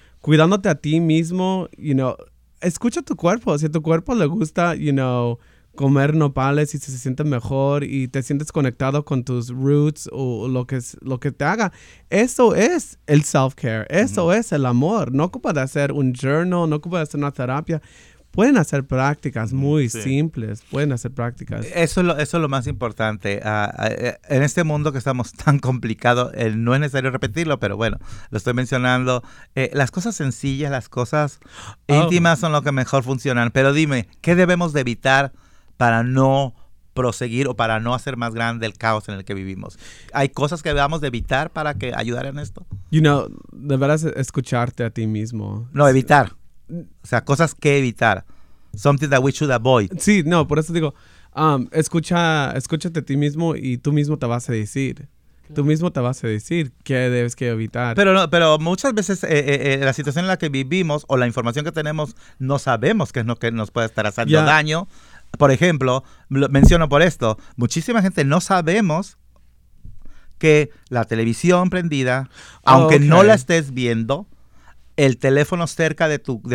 cuidándote a ti mismo, escucha tu cuerpo, si a tu cuerpo le gusta, comer nopales y se siente mejor y te sientes conectado con tus roots o lo que te haga. Eso es el self-care, eso es el amor. No ocupa de hacer un journal, no ocupa de hacer una terapia. Pueden hacer prácticas muy simples, pueden hacer prácticas. Eso es lo más importante. En este mundo que estamos tan complicado, no es necesario repetirlo, pero bueno, lo estoy mencionando. Las cosas sencillas, las cosas íntimas son lo que mejor funcionan. Pero dime, ¿qué debemos de evitar para no proseguir o para no hacer más grande el caos en el que vivimos? ¿Hay cosas que debamos de evitar para que ayudar en esto? Deberás escucharte a ti mismo. No, evitar. O sea, cosas que evitar. Something that we should avoid. Sí, no, por eso digo, escúchate a ti mismo y tú mismo te vas a decir. Claro. Tú mismo te vas a decir qué debes que evitar. Pero muchas veces la situación en la que vivimos o la información que tenemos no sabemos qué es lo que nos puede estar haciendo daño. Por ejemplo, menciono por esto, muchísima gente no sabemos que la televisión prendida, aunque no la estés viendo, el teléfono cerca de tu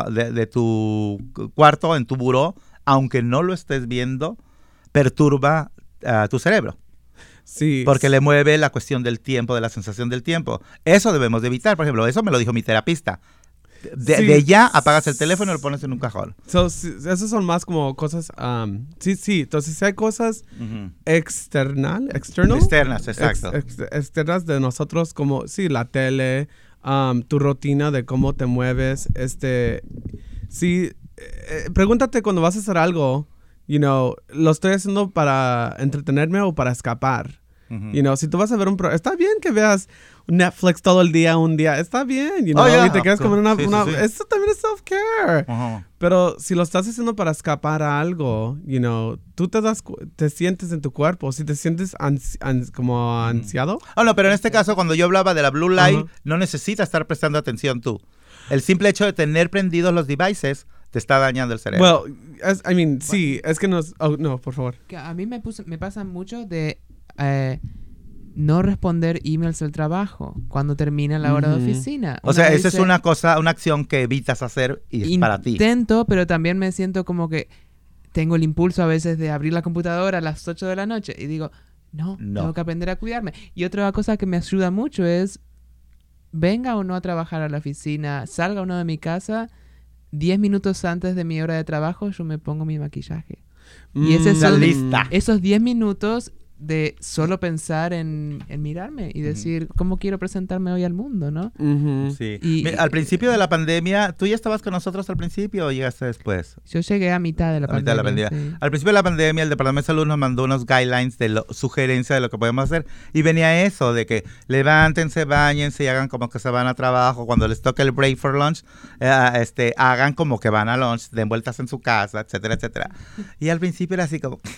cuarto, en tu buró, aunque no lo estés viendo, perturba tu cerebro. Sí. Porque le mueve la cuestión del tiempo, de la sensación del tiempo. Eso debemos de evitar. Por ejemplo, eso me lo dijo mi terapista. De ya apagas el teléfono y lo pones en un cajón. Esos son más como cosas... sí. Entonces, si hay cosas externas, exacto. Externas de nosotros, como, la tele... tu rutina de cómo te mueves, pregúntate cuando vas a hacer algo, ¿lo estoy haciendo para entretenerme o para escapar? Si tú vas a ver está bien que veas Netflix todo el día, un día, está bien, y te quedas como eso también es self-care. Pero si lo estás haciendo para escapar a algo, tú te sientes en tu cuerpo, si te sientes como ansiado. No, pero en este caso, cuando yo hablaba de la blue light, no necesitas estar prestando atención tú. El simple hecho de tener prendidos los devices te está dañando el cerebro. Sí, es que no, por favor. Que a mí me pasa mucho de no responder emails del trabajo cuando termina la hora de oficina. O sea, esa es una acción que evitas hacer y es para ti. Intento, pero también me siento como que tengo el impulso a veces de abrir la computadora a las 8 de la noche y digo, no, tengo que aprender a cuidarme. Y otra cosa que me ayuda mucho es, venga o no a trabajar a la oficina, salga o no de mi casa, 10 minutos antes de mi hora de trabajo yo me pongo mi maquillaje. Y esos 10 minutos de solo pensar en mirarme y decir cómo quiero presentarme hoy al mundo, ¿no? Sí. Al principio de la pandemia, ¿tú ya estabas con nosotros al principio o llegaste después? Yo llegué a mitad de la pandemia. Sí. Al principio de la pandemia, el Departamento de Salud nos mandó unos guidelines de sugerencia de lo que podemos hacer y venía eso de que levántense, báñense y hagan como que se van a trabajo. Cuando les toque el break for lunch, hagan como que van a lunch, den vueltas en su casa, etcétera, etcétera. Y al principio era así como...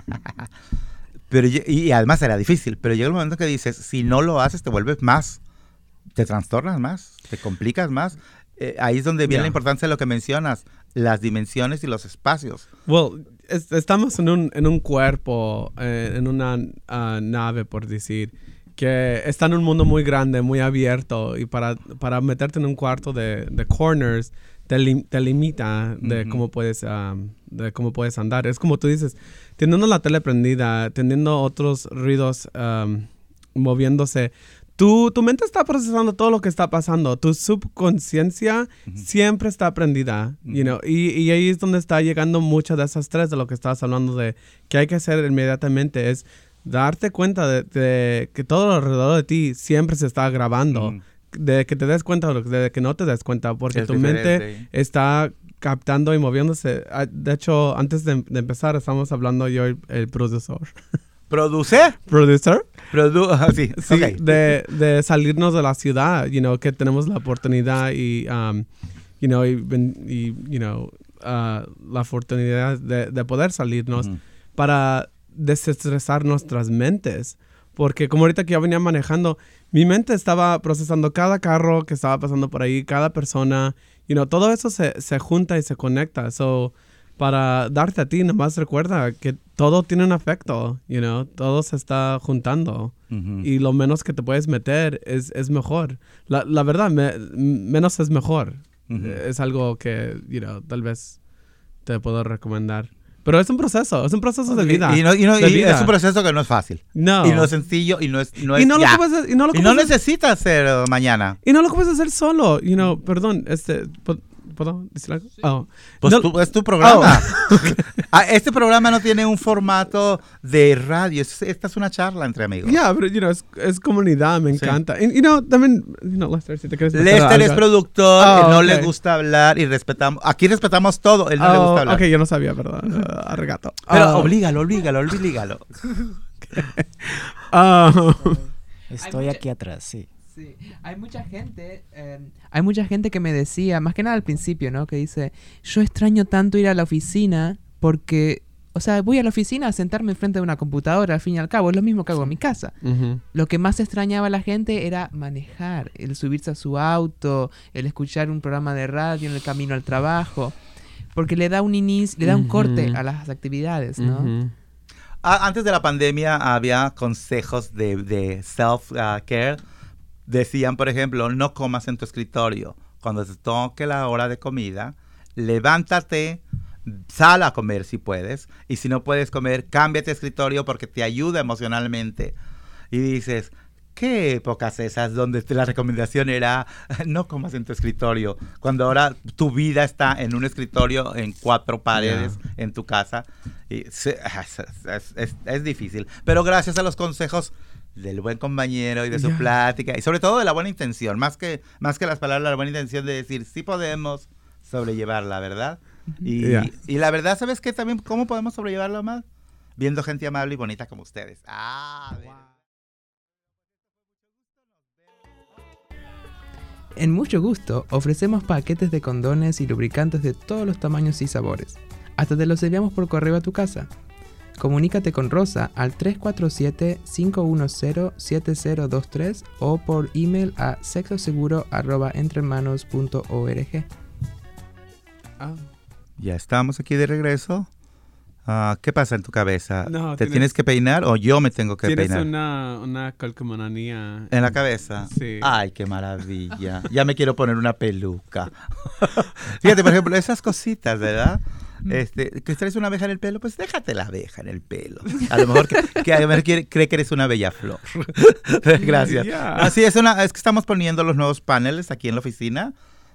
Pero, y además era difícil, pero llega el momento que dices, si no lo haces te vuelves más, te trastornas más, te complicas más. Ahí es donde viene la importancia de lo que mencionas, las dimensiones y los espacios. Estamos en un cuerpo, en una nave, por decir, que está en un mundo muy grande, muy abierto, y para meterte en un cuarto de corners te limita de cómo puedes andar. Es como tú dices, teniendo la tele prendida, teniendo otros ruidos moviéndose, tu mente está procesando todo lo que está pasando. Tu subconsciencia siempre está prendida, y ahí es donde está llegando muchas de esas estrés de lo que estabas hablando de que hay que hacer inmediatamente, es darte cuenta de que todo alrededor de ti siempre se está grabando. De que te des cuenta o de que no te des cuenta, porque tu mente está captando y moviéndose. De hecho, antes de empezar, estamos hablando yo el productor. ¿Producer? ¿Producer? Sí, okay. de salirnos de la ciudad, que tenemos la oportunidad la oportunidad de poder salirnos para desestresar nuestras mentes. Porque como ahorita que yo venía manejando, mi mente estaba procesando cada carro que estaba pasando por ahí, cada persona, todo eso se junta y se conecta. So, para darte a ti, nomás recuerda que todo tiene un efecto, todo se está juntando. Y lo menos que te puedes meter es mejor. La verdad, menos es mejor. Es algo que, tal vez te puedo recomendar. Pero es un proceso de vida. Y de vida. es un proceso que no es fácil. No. Y no es sencillo y no es Y no ya. lo puedes hacer, y no lo Y no necesitas ser mañana. Y no lo puedes hacer solo. Perdón, ¿puedo decir algo? Oh. Pues No- es tu programa. Este programa no tiene un formato de radio. Esta es una charla entre amigos. Ya, pero, es comunidad, me Sí. encanta. Y, también, Lester, si te quieres meter Lester es algo. productor, no ok. le gusta hablar y respetamos. Aquí respetamos todo, él no le gusta hablar. Ok, yo no sabía, perdón. Arregato. Pero oblígalo. Estoy aquí atrás, sí. Sí, hay mucha gente que me decía, más que nada al principio, ¿no? Que dice, yo extraño tanto ir a la oficina porque, o sea, voy a la oficina a sentarme enfrente de una computadora, al fin y al cabo, es lo mismo que hago en mi casa. Ujú. Lo que más extrañaba a la gente era manejar, el subirse a su auto, el escuchar un programa de radio en el camino al trabajo, porque le da un inicio, le da un corte a las actividades, ¿no? Ujú. Antes de la pandemia había consejos de self-care. Decían, por ejemplo, no comas en tu escritorio. Cuando te toque la hora de comida, levántate, sal a comer si puedes. Y si no puedes comer, cámbiate de escritorio porque te ayuda emocionalmente. Y dices, ¿qué épocas esas donde la recomendación era no comas en tu escritorio? Cuando ahora tu vida está en un escritorio en 4 paredes en tu casa. Y es difícil. Pero gracias a los consejos del buen compañero y de su plática y sobre todo de la buena intención, más que las palabras, la buena intención de decir sí podemos sobrellevarla, ¿verdad? Y la verdad, ¿sabes qué? También, ¿cómo podemos sobrellevarla más? Viendo gente amable y bonita como ustedes. En Mucho Gusto ofrecemos paquetes de condones y lubricantes de todos los tamaños y sabores. Hasta te los enviamos por correo a tu casa. Comunícate con Rosa al 347-510-7023 o por email a sexoseguro@entrehermanos.org. Ya estamos aquí de regreso. ¿Qué pasa en tu cabeza? No, ¿Te tienes que peinar o yo me tengo que Tienes peinar? una calcomanía. ¿En la cabeza? Sí. Ay, qué maravilla. Ya me quiero poner una peluca. Fíjate, por ejemplo, esas cositas, ¿verdad? Que traes una abeja en el pelo, pues déjate la abeja en el pelo. A lo mejor cree que eres una bella flor. Gracias. Yeah. Así es que estamos poniendo los nuevos paneles aquí en la oficina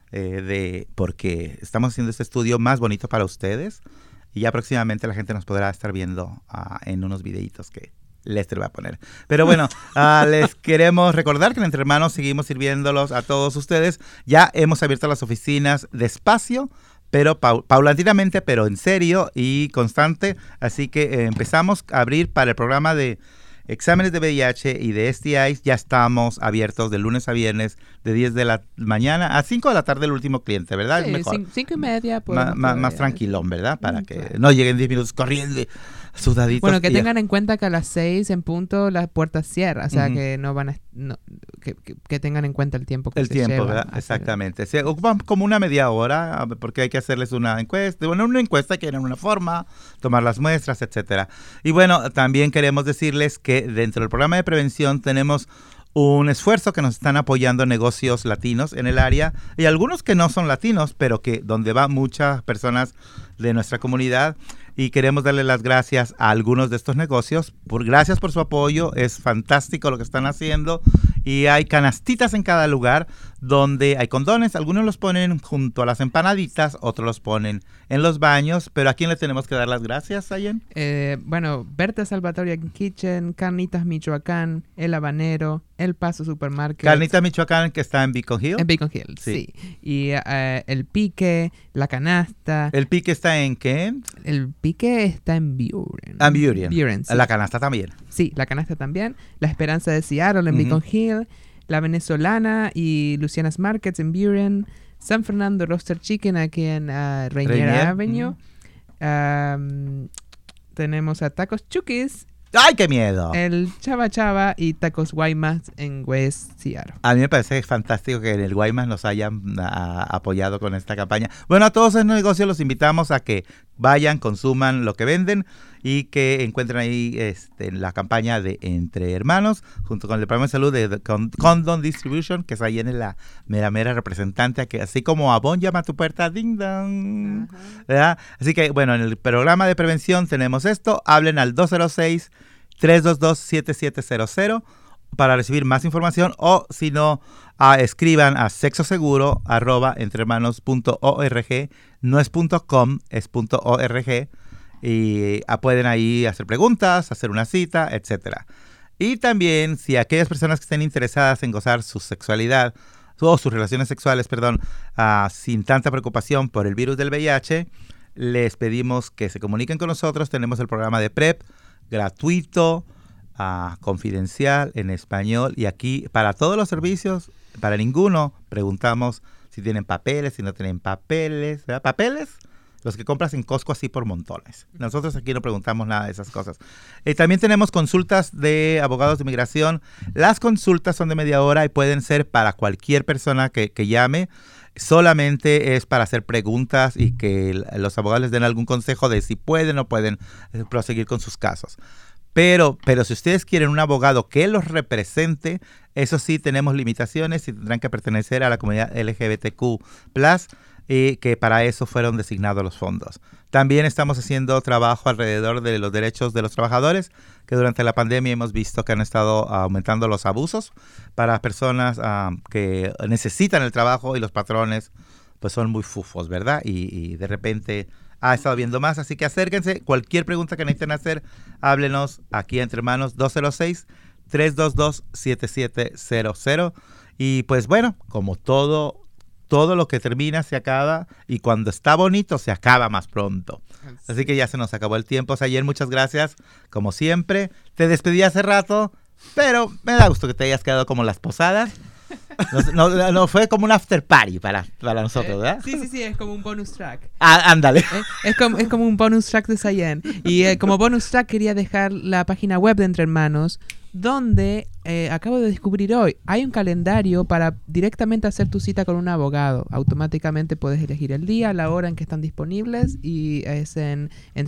porque estamos haciendo este estudio más bonito para ustedes y ya próximamente la gente nos podrá estar viendo en unos videitos que Lester va a poner. Pero bueno, les queremos recordar que en Entre Hermanos seguimos sirviéndolos a todos ustedes. Ya hemos abierto las oficinas despacio, pero paulatinamente, pero en serio y constante. Así que empezamos a abrir para el programa de exámenes de VIH y de STIs. Ya estamos abiertos de lunes a viernes, de 10 de la mañana a 5 de la tarde el último cliente, ¿verdad? Sí, Es mejor. 5:30. Más tranquilón, ¿verdad? Para que no lleguen 10 minutos corriendo, sudaditos. Bueno, que y ya. tengan en cuenta que a las 6 en punto las puertas cierran, o sea, que no van a... que tengan en cuenta el tiempo que El se tiempo, lleva ¿verdad? a hacer. Exactamente. Se ocupan como una media hora porque hay que hacerles una encuesta. Bueno, una encuesta que era una forma, tomar las muestras, etcétera. Y bueno, también queremos decirles que dentro del programa de prevención tenemos un esfuerzo que nos están apoyando negocios latinos en el área y algunos que no son latinos, pero que donde van muchas personas de nuestra comunidad. Y queremos darle las gracias a algunos de estos negocios. Gracias por su apoyo. Es fantástico lo que están haciendo. Y hay canastitas en cada lugar donde hay condones. Algunos los ponen junto a las empanaditas, otros los ponen en los baños. Pero ¿a quién le tenemos que dar las gracias, Ayen? Bueno, Berta Salvatore Kitchen, Carnitas Michoacán, El Habanero, El Paso Supermarket. Carnitas Michoacán, que está en Beacon Hill. En Beacon Hill, sí. Y El Pique, La Canasta. ¿El Pique está en qué? El Pique está en Buren. Buren, sí. La Canasta también. Sí, La Canasta también. La Esperanza de Seattle en Beacon Hill. La Venezolana y Luciana's Markets en Buren. San Fernando Roaster Chicken aquí en Rainier Avenue. Tenemos a Tacos Chukis. ¡Ay, qué miedo! El Chava Chava y Tacos Guaymas en West Seattle. A mí me parece fantástico que en el Guaymas nos hayan apoyado con esta campaña. Bueno, a todos esos negocios los invitamos a que vayan, consuman lo que venden y que encuentren ahí la campaña de Entre Hermanos, junto con el Departamento de Salud de Condom Distribution, que es ahí en la mera representante, que así como Avon llama a tu puerta, ding dong, ¿verdad? Así que, bueno, en el programa de prevención tenemos esto. Hablen al 206-322-7700 para recibir más información, o si no, escriban a sexoseguro@entrehermanos.org. No es .com, es .org. Y pueden ahí hacer preguntas, hacer una cita, etcétera. Y también, si aquellas personas que estén interesadas en gozar su sexualidad o sus relaciones sexuales, sin tanta preocupación por el virus del VIH, les pedimos que se comuniquen con nosotros. Tenemos el programa de PrEP gratuito, confidencial, en español, y aquí para todos los servicios, para ninguno preguntamos si tienen papeles, si no tienen papeles, ¿verdad? ¿Papeles? Los que compras en Costco así por montones. Nosotros aquí no preguntamos nada de esas cosas. También tenemos consultas de abogados de inmigración. Las consultas son de media hora y pueden ser para cualquier persona que llame. Solamente es para hacer preguntas y que los abogados les den algún consejo de si pueden o no pueden proseguir con sus casos. Pero si ustedes quieren un abogado que los represente, eso sí tenemos limitaciones y tendrán que pertenecer a la comunidad LGBTQ+, y que para eso fueron designados los fondos. También estamos haciendo trabajo alrededor de los derechos de los trabajadores, que durante la pandemia hemos visto que han estado aumentando los abusos para personas que necesitan el trabajo, y los patrones pues son muy fufos, ¿verdad? Y de repente ha estado viendo más, así que acérquense. Cualquier pregunta que necesiten hacer, háblenos aquí Entre Hermanos, 206-322-7700. Y pues bueno, como todo lo que termina se acaba, y cuando está bonito se acaba más pronto. Así que ya se nos acabó el tiempo. Sayer, muchas gracias, como siempre. Te despedí hace rato, pero me da gusto que te hayas quedado como las posadas. No fue como un after party para nosotros, ¿verdad? Sí, es como un bonus track. Ándale. Es como un bonus track de Sayen. Y como bonus track quería dejar la página web de Entre Hermanos, donde acabo de descubrir hoy, hay un calendario para directamente hacer tu cita con un abogado. Automáticamente puedes elegir el día, la hora en que están disponibles, y es en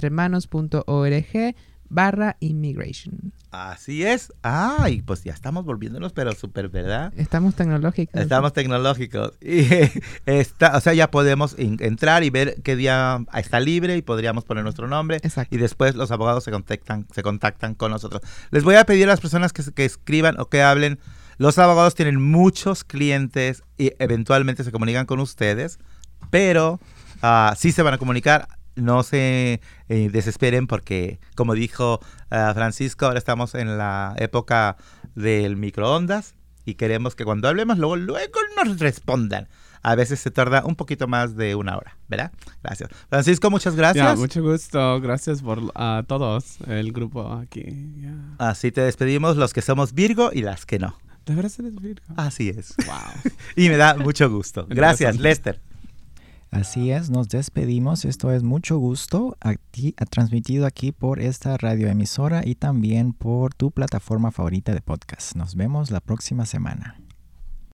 entrehermanos.org/immigration. Así es. Y pues ya estamos volviéndonos, pero súper, ¿verdad? Estamos tecnológicos. Y o sea, ya podemos entrar y ver qué día está libre y podríamos poner nuestro nombre. Exacto. Y después los abogados se contactan con nosotros. Les voy a pedir a las personas que escriban o que hablen. Los abogados tienen muchos clientes y eventualmente se comunican con ustedes, pero sí se van a comunicar. No se desesperen porque, como dijo Francisco, ahora estamos en la época del microondas y queremos que cuando hablemos luego nos respondan. A veces se tarda un poquito más de una hora, ¿verdad? Gracias. Francisco, muchas gracias. Mucho gusto. Gracias por todos, el grupo aquí. Así te despedimos, los que somos Virgo y las que no. ¿De verdad eres Virgo? Así es. Wow. Y me da mucho gusto. Gracias, Lester. Así es, nos despedimos. Esto es Mucho Gusto, transmitido aquí por esta radioemisora y también por tu plataforma favorita de podcast. Nos vemos la próxima semana.